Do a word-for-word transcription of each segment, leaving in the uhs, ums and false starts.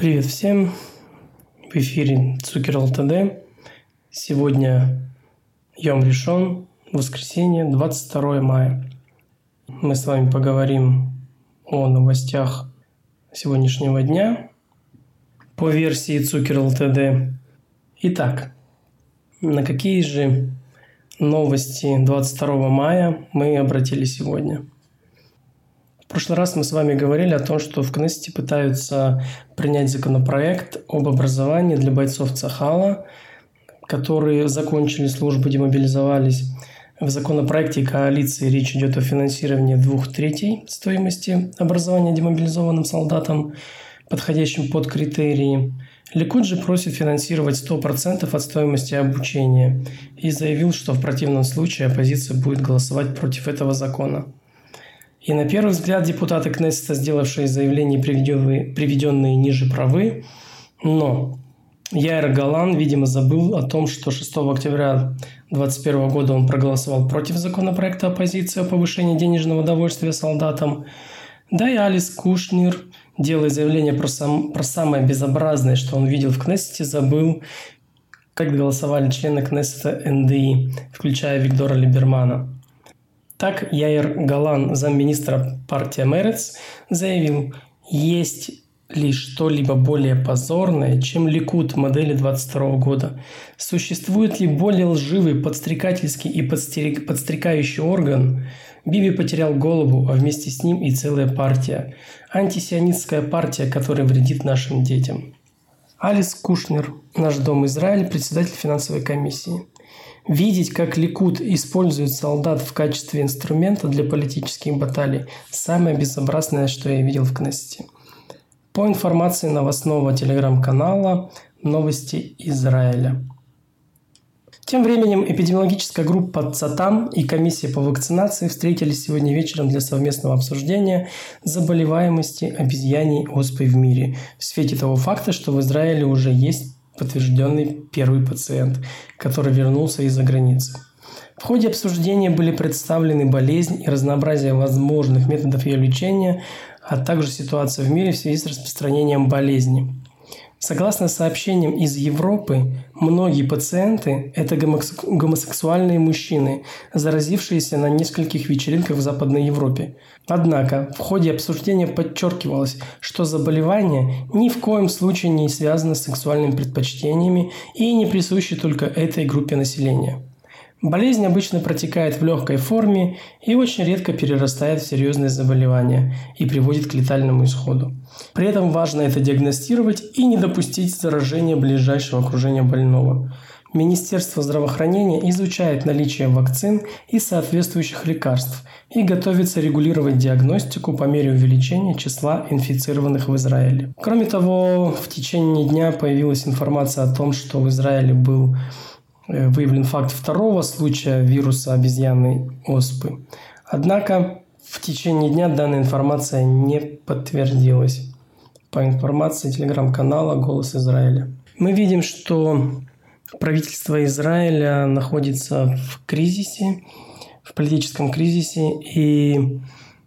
Привет всем! В эфире Цукер ЛТД. Сегодня Йом Ришон, воскресенье, двадцать второе мая. Мы с вами поговорим о новостях сегодняшнего дня по версии Цукер ЛТД. Итак, на какие же новости двадцать второго мая мы обратили сегодня? В прошлый раз мы с вами говорили о том, что в Кнессете пытаются принять законопроект об образовании для бойцов Цахала, которые закончили службу, демобилизовались. В законопроекте коалиции речь идет о финансировании двух третей стоимости образования демобилизованным солдатам, подходящим под критерии. Ликуд же просит финансировать сто процентов от стоимости обучения и заявил, что в противном случае оппозиция будет голосовать против этого закона. И на первый взгляд депутаты Кнессета, сделавшие заявления, приведенные, приведенные ниже, правы, но Яир Галан, видимо, забыл о том, что шестого октября две тысячи двадцать первого года он проголосовал против законопроекта оппозиции о повышении денежного довольствия солдатам. Да и Алис Кушнир, делая заявление про, сам, про самое безобразное, что он видел в Кнессете, забыл, как голосовали члены Кнессета эн дэ и, включая Виктора Либермана. Так, Яир Галан, замминистра партии Мерец, заявил, есть ли что-либо более позорное, чем Ликуд модели двадцать второго года? Существует ли более лживый, подстрекательский и подстрек... подстрекающий орган? Биби потерял голову, а вместе с ним и целая партия. Антисионистская партия, которая вредит нашим детям. Алис Кушнир, Наш дом Израиль, председатель финансовой комиссии. Видеть, как Ликуд использует солдат в качестве инструмента для политических баталий – самое безобразное, что я видел в Кнессете. По информации новостного телеграм-канала «Новости Израиля». Тем временем эпидемиологическая группа ЦАТАМ и комиссия по вакцинации встретились сегодня вечером для совместного обсуждения заболеваемости обезьяньей оспой в мире в свете того факта, что в Израиле уже есть подтвержденный первый пациент, который вернулся из-за границы. В ходе обсуждения были представлены болезнь и разнообразие возможных методов ее лечения, а также ситуация в мире в связи с распространением болезни. Согласно сообщениям из Европы, многие пациенты – это гомосексуальные мужчины, заразившиеся на нескольких вечеринках в Западной Европе. Однако в ходе обсуждения подчеркивалось, что заболевание ни в коем случае не связано с сексуальными предпочтениями и не присуще только этой группе населения. Болезнь обычно протекает в легкой форме и очень редко перерастает в серьезные заболевания и приводит к летальному исходу. При этом важно это диагностировать и не допустить заражения ближайшего окружения больного. Министерство здравоохранения изучает наличие вакцин и соответствующих лекарств и готовится регулировать диагностику по мере увеличения числа инфицированных в Израиле. Кроме того, в течение дня появилась информация о том, что в Израиле был выявлен факт второго случая вируса обезьянной оспы. Однако в течение дня данная информация не подтвердилась. По информации телеграм-канала «Голос Израиля». Мы видим, что правительство Израиля находится в кризисе, в политическом кризисе, и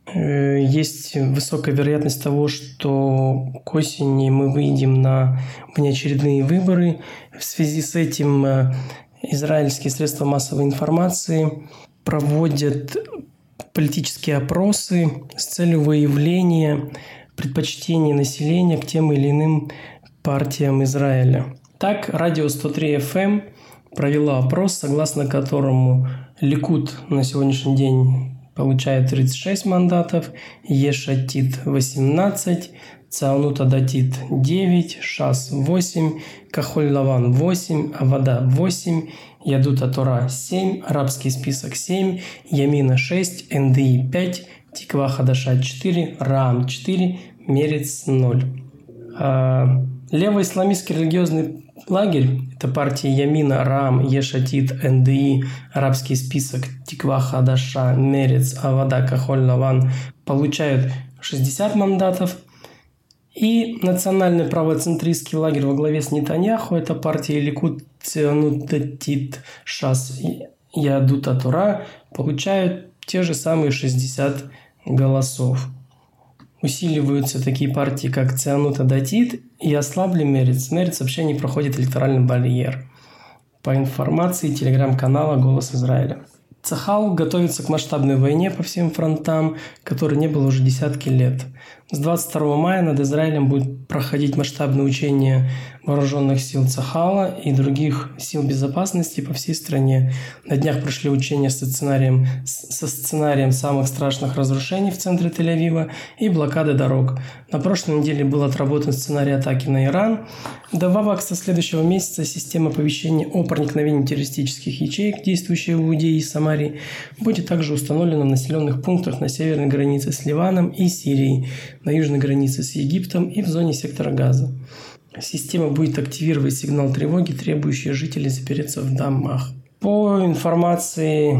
э, есть высокая вероятность того, что к осени мы выйдем на внеочередные выборы. В связи с этим э, израильские средства массовой информации проводят политические опросы с целью выявления предпочтений населения к тем или иным партиям Израиля. Так, Радио сто три эф эм провела опрос, согласно которому Ликуд на сегодняшний день получает тридцать шесть мандатов, Еш Атид восемнадцать, Цаанут Адатит девять, Шас восемь, Кахоль Лаван восемь, Авада восемь, Ядут а-Тора семь, Арабский список семь, Ямина шесть, эн дэ и пять, Тиква Хадаша четыре, Раам четыре, Мерец ноль. А левоисламистский религиозный лагерь – это партии Ямина, Раам, Еш Атид, эн дэ и, Арабский список, Тиква Хадаша, Мерец, Авада, Кахоль Лаван – получают шестьдесят мандатов. И национальный правоцентристский лагерь во главе с Нетаньяху – это партия Ликуд, Цаанут Адатит, Шас, Ядут а-Тора – получают те же самые шестьдесят голосов. Усиливаются такие партии, как Цианут Адатит и ослабли Мерец. Мерец вообще не проходит электоральный барьер. По информации телеграм-канала «Голос Израиля». Цахал готовится к масштабной войне по всем фронтам, которой не было уже десятки лет. С двадцать второго мая над Израилем будет проходить масштабные учения вооруженных сил Цахала и других сил безопасности по всей стране. На днях прошли учения со сценарием, со сценарием самых страшных разрушений в центре Тель-Авива и блокады дорог. На прошлой неделе был отработан сценарий атаки на Иран. Вдобавок, со следующего месяца система оповещения о проникновении террористических ячеек, действующей в Иудее и Самарии, будет также установлена в населенных пунктах на северной границе с Ливаном и Сирией, на южной границе с Египтом и в зоне сектора Газа. Система будет активировать сигнал тревоги, требующий жителей запереться в домах. По информации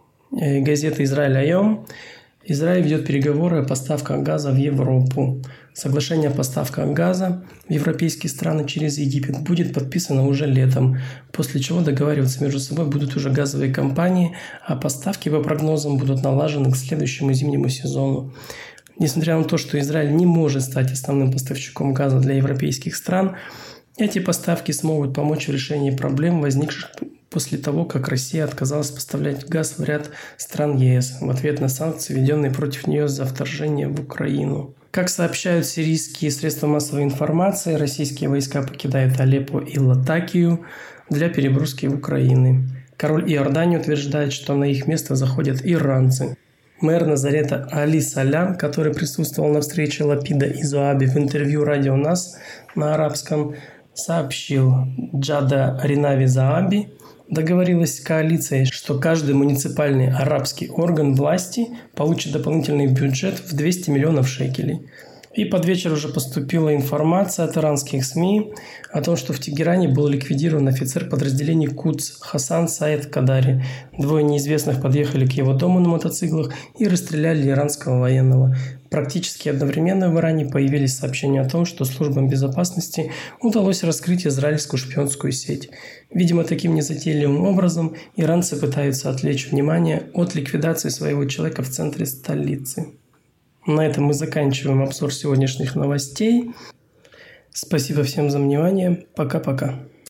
газеты «Израиль Айом», Израиль ведет переговоры о поставках газа в Европу. Соглашение о поставках газа в европейские страны через Египет будет подписано уже летом, после чего договариваться между собой будут уже газовые компании, а поставки по прогнозам будут налажены к следующему зимнему сезону. Несмотря на то, что Израиль не может стать основным поставщиком газа для европейских стран, эти поставки смогут помочь в решении проблем, возникших после того, как Россия отказалась поставлять газ в ряд стран ЕС в ответ на санкции, введенные против нее за вторжение в Украину. Как сообщают сирийские средства массовой информации, российские войска покидают Алеппо и Латакию для переброски в Украину. Король Иордании утверждает, что на их место заходят иранцы. Мэр Назарета Али Салям, который присутствовал на встрече Лапида и Зоаби в интервью радио НАС на арабском, сообщил: Джада Ринави Зааби договорилась с коалицией, что каждый муниципальный арабский орган власти получит дополнительный бюджет в двести миллионов шекелей. И под вечер уже поступила информация от иранских СМИ о том, что в Тегеране был ликвидирован офицер подразделений Кудс Хасан Саед Кадари. Двое неизвестных подъехали к его дому на мотоциклах и расстреляли иранского военного. Практически одновременно в Иране появились сообщения о том, что службам безопасности удалось раскрыть израильскую шпионскую сеть. Видимо, таким незатейливым образом иранцы пытаются отвлечь внимание от ликвидации своего человека в центре столицы. На этом мы заканчиваем обзор сегодняшних новостей. Спасибо всем за внимание. Пока-пока.